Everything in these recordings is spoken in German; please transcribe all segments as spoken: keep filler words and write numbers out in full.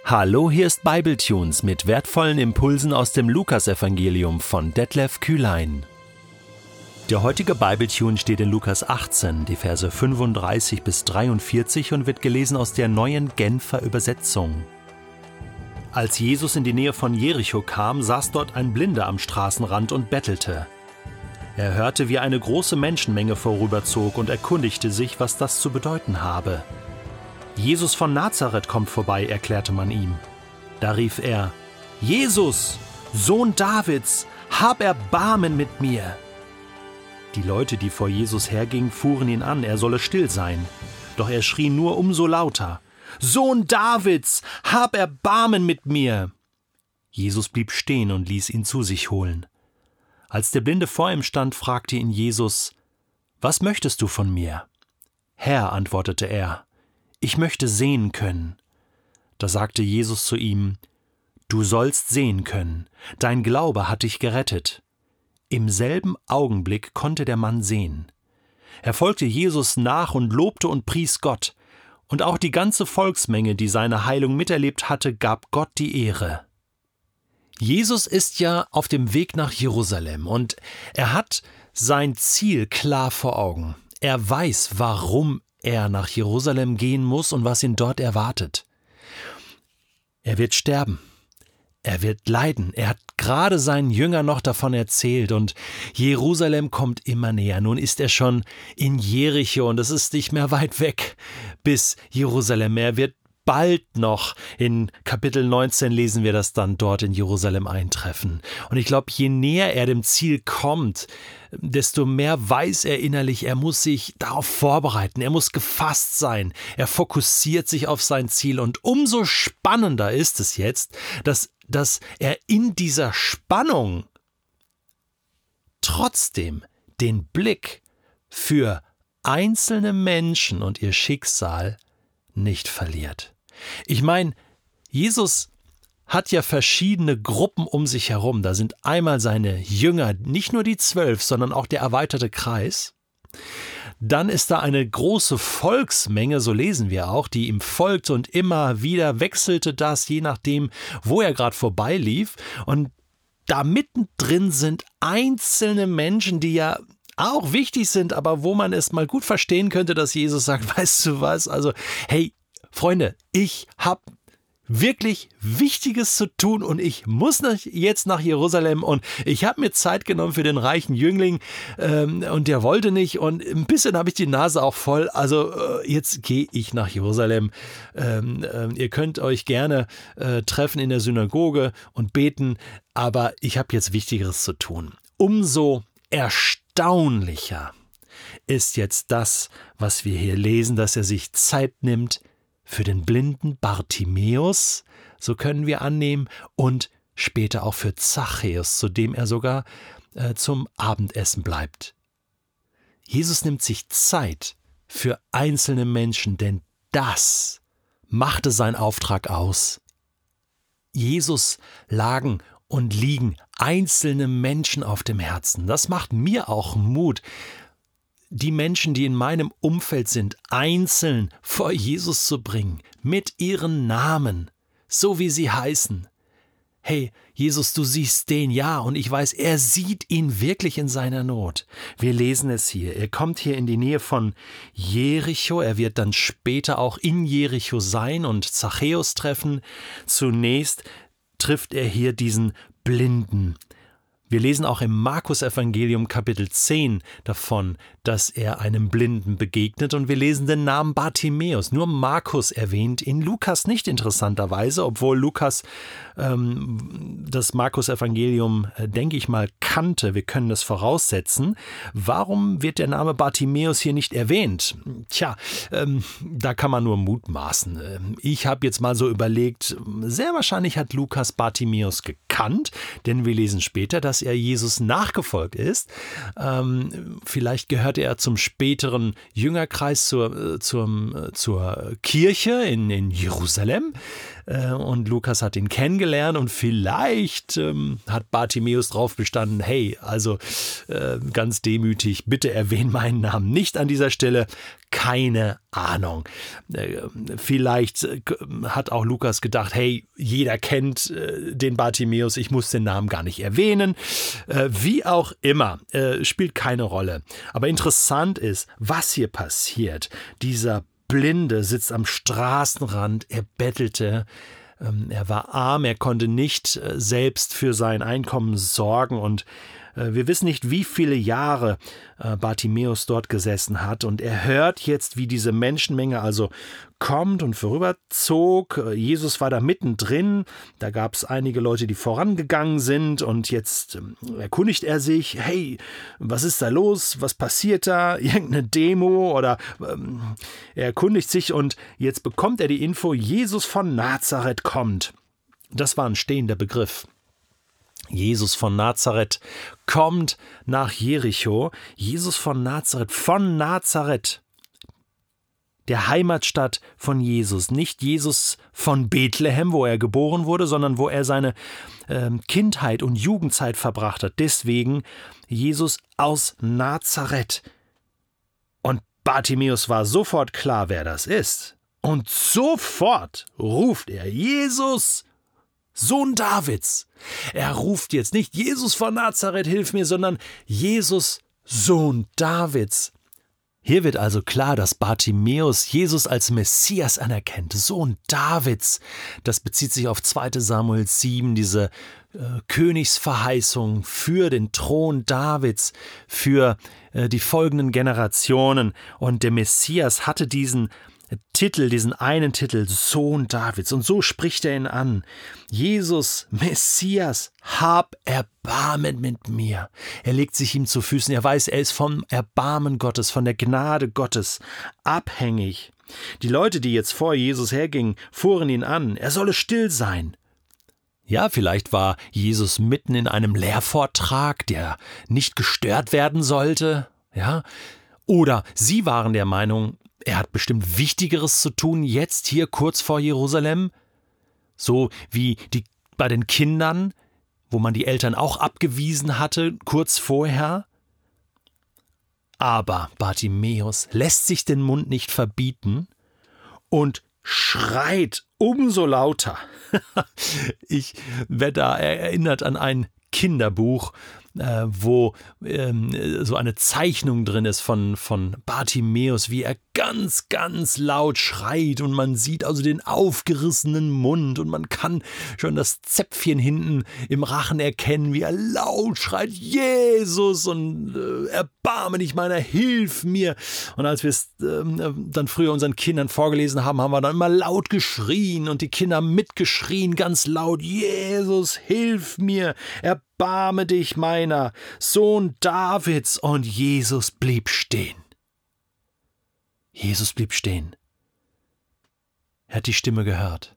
Hallo, hier ist Bibletunes mit wertvollen Impulsen aus dem Lukasevangelium von Detlef Kühlein. Der heutige Bibletune steht in Lukas achtzehn, die Verse fünfunddreißig bis dreiundvierzig und wird gelesen aus der neuen Genfer Übersetzung. Als Jesus in die Nähe von Jericho kam, saß dort ein Blinder am Straßenrand und bettelte. Er hörte, wie eine große Menschenmenge vorüberzog und erkundigte sich, was das zu bedeuten habe. Jesus von Nazareth kommt vorbei, erklärte man ihm. Da rief er: Jesus, Sohn Davids, hab Erbarmen mit mir! Die Leute, die vor Jesus hergingen, fuhren ihn an, er solle still sein. Doch er schrie nur umso lauter: Sohn Davids, hab Erbarmen mit mir! Jesus blieb stehen und ließ ihn zu sich holen. Als der Blinde vor ihm stand, fragte ihn Jesus: Was möchtest du von mir? Herr, antwortete er, ich möchte sehen können. Da sagte Jesus zu ihm: Du sollst sehen können, dein Glaube hat dich gerettet. Im selben Augenblick konnte der Mann sehen. Er folgte Jesus nach und lobte und pries Gott, und auch die ganze Volksmenge, die seine Heilung miterlebt hatte, gab Gott die Ehre. Jesus ist ja auf dem Weg nach Jerusalem und er hat sein Ziel klar vor Augen. Er weiß, warum er nach Jerusalem gehen muss und was ihn dort erwartet. Er wird sterben. Er wird leiden. Er hat gerade seinen Jüngern noch davon erzählt und Jerusalem kommt immer näher. Nun ist er schon in Jericho und es ist nicht mehr weit weg bis Jerusalem. Er wird bald noch, in Kapitel neunzehn lesen wir das dann, dort in Jerusalem eintreffen. Und ich glaube, je näher er dem Ziel kommt, desto mehr weiß er innerlich, er muss sich darauf vorbereiten, er muss gefasst sein, er fokussiert sich auf sein Ziel. Und umso spannender ist es jetzt, dass, dass er in dieser Spannung trotzdem den Blick für einzelne Menschen und ihr Schicksal nicht verliert. Ich meine, Jesus hat ja verschiedene Gruppen um sich herum. Da sind einmal seine Jünger, nicht nur die zwölf, sondern auch der erweiterte Kreis. Dann ist da eine große Volksmenge, so lesen wir auch, die ihm folgte und immer wieder wechselte das, je nachdem, wo er gerade vorbeilief. Und da mittendrin sind einzelne Menschen, die ja auch wichtig sind, aber wo man es mal gut verstehen könnte, dass Jesus sagt, weißt du was, also hey, Freunde, ich habe wirklich Wichtiges zu tun und ich muss nach, jetzt nach Jerusalem und ich habe mir Zeit genommen für den reichen Jüngling ähm, und der wollte nicht und ein bisschen habe ich die Nase auch voll, also äh, jetzt gehe ich nach Jerusalem. Ähm, äh, ihr könnt euch gerne äh, treffen in der Synagoge und beten, aber ich habe jetzt Wichtigeres zu tun. Umso erstaunlicher ist jetzt das, was wir hier lesen, dass er sich Zeit nimmt für den blinden Bartimäus, so können wir annehmen, und später auch für Zachäus, zu dem er sogar äh, zum Abendessen bleibt. Jesus nimmt sich Zeit für einzelne Menschen, denn das machte seinen Auftrag aus. Jesus lagen und liegen einzelne Menschen auf dem Herzen. Das macht mir auch Mut, die Menschen, die in meinem Umfeld sind, einzeln vor Jesus zu bringen, mit ihren Namen, so wie sie heißen. Hey, Jesus, du siehst den, ja, und ich weiß, er sieht ihn wirklich in seiner Not. Wir lesen es hier. Er kommt hier in die Nähe von Jericho. Er wird dann später auch in Jericho sein und Zachäus treffen. Zunächst trifft er hier diesen Blinden. Wir lesen auch im Markus-Evangelium Kapitel zehn davon, dass er einem Blinden begegnet und wir lesen den Namen Bartimäus. Nur Markus erwähnt ihn, Lukas nicht interessanterweise, obwohl Lukas ähm, das Markus-Evangelium, äh, denke ich mal, kannte. Wir können das voraussetzen. Warum wird der Name Bartimäus hier nicht erwähnt? Tja, ähm, da kann man nur mutmaßen. Ähm, ich habe jetzt mal so überlegt, sehr wahrscheinlich hat Lukas Bartimäus gekannt, denn wir lesen später, dass er Jesus nachgefolgt ist. Ähm, vielleicht gehörte er zum späteren Jüngerkreis zur, zur, zur Kirche in, in Jerusalem. äh, und Lukas hat ihn kennengelernt und vielleicht ähm, hat Bartimäus drauf bestanden, hey, also äh, ganz demütig, bitte erwähne meinen Namen nicht an dieser Stelle. Keine Ahnung. Äh, vielleicht äh, hat auch Lukas gedacht, hey, jeder kennt äh, den Bartimäus, ich muss den Namen gar nicht erwähnen. Äh, wie auch immer, äh, spielt keine Rolle. Aber interessant ist, was hier passiert. Dieser Blinde sitzt am Straßenrand, er bettelte. Ähm, er war arm, er konnte nicht äh, selbst für sein Einkommen sorgen und wir wissen nicht, wie viele Jahre Bartimäus dort gesessen hat, und er hört jetzt, wie diese Menschenmenge also kommt und vorüberzog. Jesus war da mittendrin, da gab es einige Leute, die vorangegangen sind, und jetzt erkundigt er sich, hey, was ist da los, was passiert da, irgendeine Demo, oder ähm, er erkundigt sich, und jetzt bekommt er die Info, Jesus von Nazareth kommt. Das war ein stehender Begriff. Jesus von Nazareth kommt nach Jericho. Jesus von Nazareth, von Nazareth, der Heimatstadt von Jesus. Nicht Jesus von Bethlehem, wo er geboren wurde, sondern wo er seine äh, Kindheit und Jugendzeit verbracht hat. Deswegen Jesus aus Nazareth. Und Bartimäus war sofort klar, wer das ist. Und sofort ruft er: Jesus, Sohn Davids. Er ruft jetzt nicht: Jesus von Nazareth, hilf mir, sondern Jesus, Sohn Davids. Hier wird also klar, dass Bartimäus Jesus als Messias anerkennt, Sohn Davids. Das bezieht sich auf zweiter Samuel sieben, diese äh, Königsverheißung für den Thron Davids, für äh, die folgenden Generationen. Und der Messias hatte diesen Titel, diesen einen Titel, Sohn Davids. Und so spricht er ihn an. Jesus, Messias, hab Erbarmen mit mir. Er legt sich ihm zu Füßen. Er weiß, er ist vom Erbarmen Gottes, von der Gnade Gottes abhängig. Die Leute, die jetzt vor Jesus hergingen, fuhren ihn an. Er solle still sein. Ja, vielleicht war Jesus mitten in einem Lehrvortrag, der nicht gestört werden sollte. Ja, oder sie waren der Meinung, er hat bestimmt Wichtigeres zu tun, jetzt hier kurz vor Jerusalem. So wie die, bei den Kindern, wo man die Eltern auch abgewiesen hatte, kurz vorher. Aber Bartimäus lässt sich den Mund nicht verbieten und schreit umso lauter. Ich werde da erinnert an ein Kinderbuch, äh, wo ähm, so eine Zeichnung drin ist von, von Bartimäus, wie er ganz, ganz laut schreit, und man sieht also den aufgerissenen Mund und man kann schon das Zäpfchen hinten im Rachen erkennen, wie er laut schreit: Jesus, und äh, erbarme dich meiner, hilf mir. Und als wir es äh, dann früher unseren Kindern vorgelesen haben, haben wir dann immer laut geschrien und die Kinder haben mitgeschrien, ganz laut: Jesus, hilf mir, erbarme dich meiner, Sohn Davids. Und Jesus blieb stehen. Jesus blieb stehen. Er hat die Stimme gehört.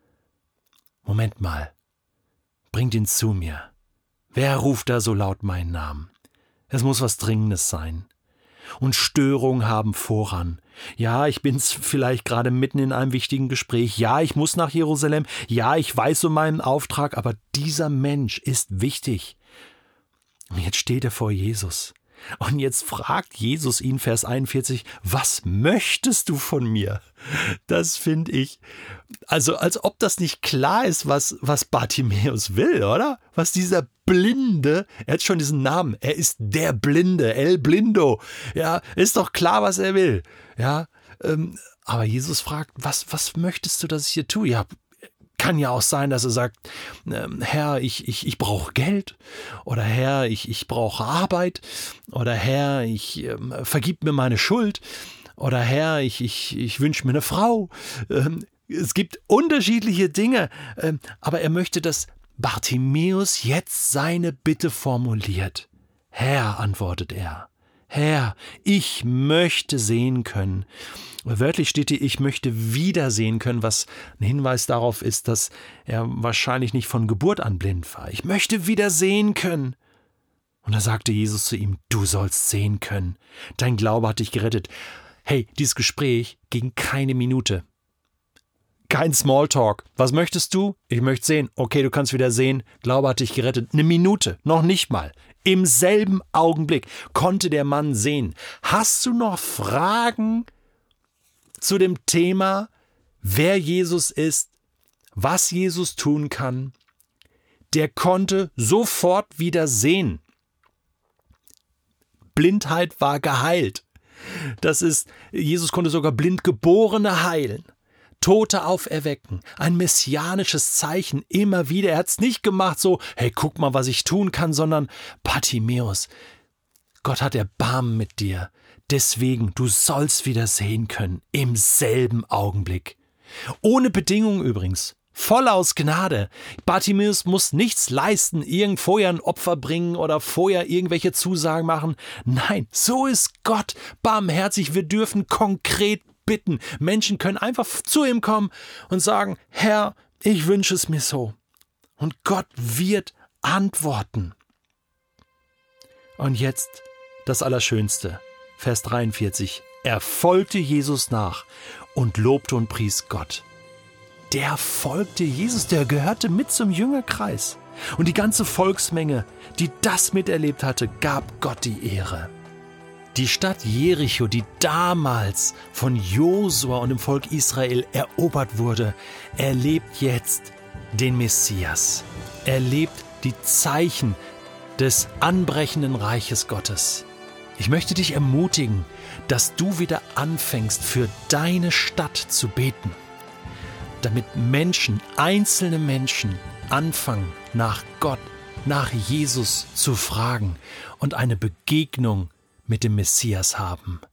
Moment mal, bringt ihn zu mir. Wer ruft da so laut meinen Namen? Es muss was Dringendes sein. Und Störungen haben Vorrang. Ja, ich bin vielleicht gerade mitten in einem wichtigen Gespräch. Ja, ich muss nach Jerusalem. Ja, ich weiß um meinen Auftrag, aber dieser Mensch ist wichtig. Und jetzt steht er vor Jesus. Und jetzt fragt Jesus ihn, Vers einundvierzig, was möchtest du von mir? Das finde ich, also als ob das nicht klar ist, was, was Bartimäus will, oder? Was dieser Blinde, er hat schon diesen Namen, er ist der Blinde, El Blindo. Ja, ist doch klar, was er will. Ja, ähm, aber Jesus fragt, was, was möchtest du, dass ich hier tue? Ja, kann ja auch sein, dass er sagt, ähm, Herr, ich, ich, ich brauche Geld, oder Herr, ich, ich brauche Arbeit, oder Herr, ich ähm, vergib mir meine Schuld, oder Herr, ich, ich, ich wünsche mir eine Frau. Ähm, es gibt unterschiedliche Dinge, ähm, aber er möchte, dass Bartimäus jetzt seine Bitte formuliert. Herr, antwortet er, Herr, ich möchte sehen können. Wörtlich steht hier, ich möchte wiedersehen können, was ein Hinweis darauf ist, dass er wahrscheinlich nicht von Geburt an blind war. Ich möchte wieder sehen können. Und da sagte Jesus zu ihm, du sollst sehen können. Dein Glaube hat dich gerettet. Hey, dieses Gespräch ging keine Minute. Kein Smalltalk. Was möchtest du? Ich möchte sehen. Okay, du kannst wieder sehen. Glaube hat dich gerettet. Eine Minute, noch nicht mal. Im selben Augenblick konnte der Mann sehen. Hast du noch Fragen zu dem Thema, wer Jesus ist, was Jesus tun kann? Der konnte sofort wieder sehen. Blindheit war geheilt. Das ist, Jesus konnte sogar Blindgeborene heilen. Tote auferwecken, ein messianisches Zeichen immer wieder. Er hat es nicht gemacht so, hey, guck mal, was ich tun kann, sondern Bartimäus, Gott hat Erbarmen mit dir. Deswegen, du sollst wieder sehen können, im selben Augenblick. Ohne Bedingung übrigens, voll aus Gnade. Bartimäus muss nichts leisten, irgend vorher ein Opfer bringen oder vorher irgendwelche Zusagen machen. Nein, so ist Gott barmherzig. Wir dürfen konkret bitten. Menschen können einfach zu ihm kommen und sagen, Herr, ich wünsche es mir so. Und Gott wird antworten. Und jetzt das Allerschönste, Vers dreiundvierzig. Er folgte Jesus nach und lobte und pries Gott. Der folgte Jesus, der gehörte mit zum Jüngerkreis. Und die ganze Volksmenge, die das miterlebt hatte, gab Gott die Ehre. Die Stadt Jericho, die damals von Josua und dem Volk Israel erobert wurde, erlebt jetzt den Messias. Erlebt die Zeichen des anbrechenden Reiches Gottes. Ich möchte dich ermutigen, dass du wieder anfängst, für deine Stadt zu beten, damit Menschen, einzelne Menschen, anfangen, nach Gott, nach Jesus zu fragen und eine Begegnung mit dem Messias haben.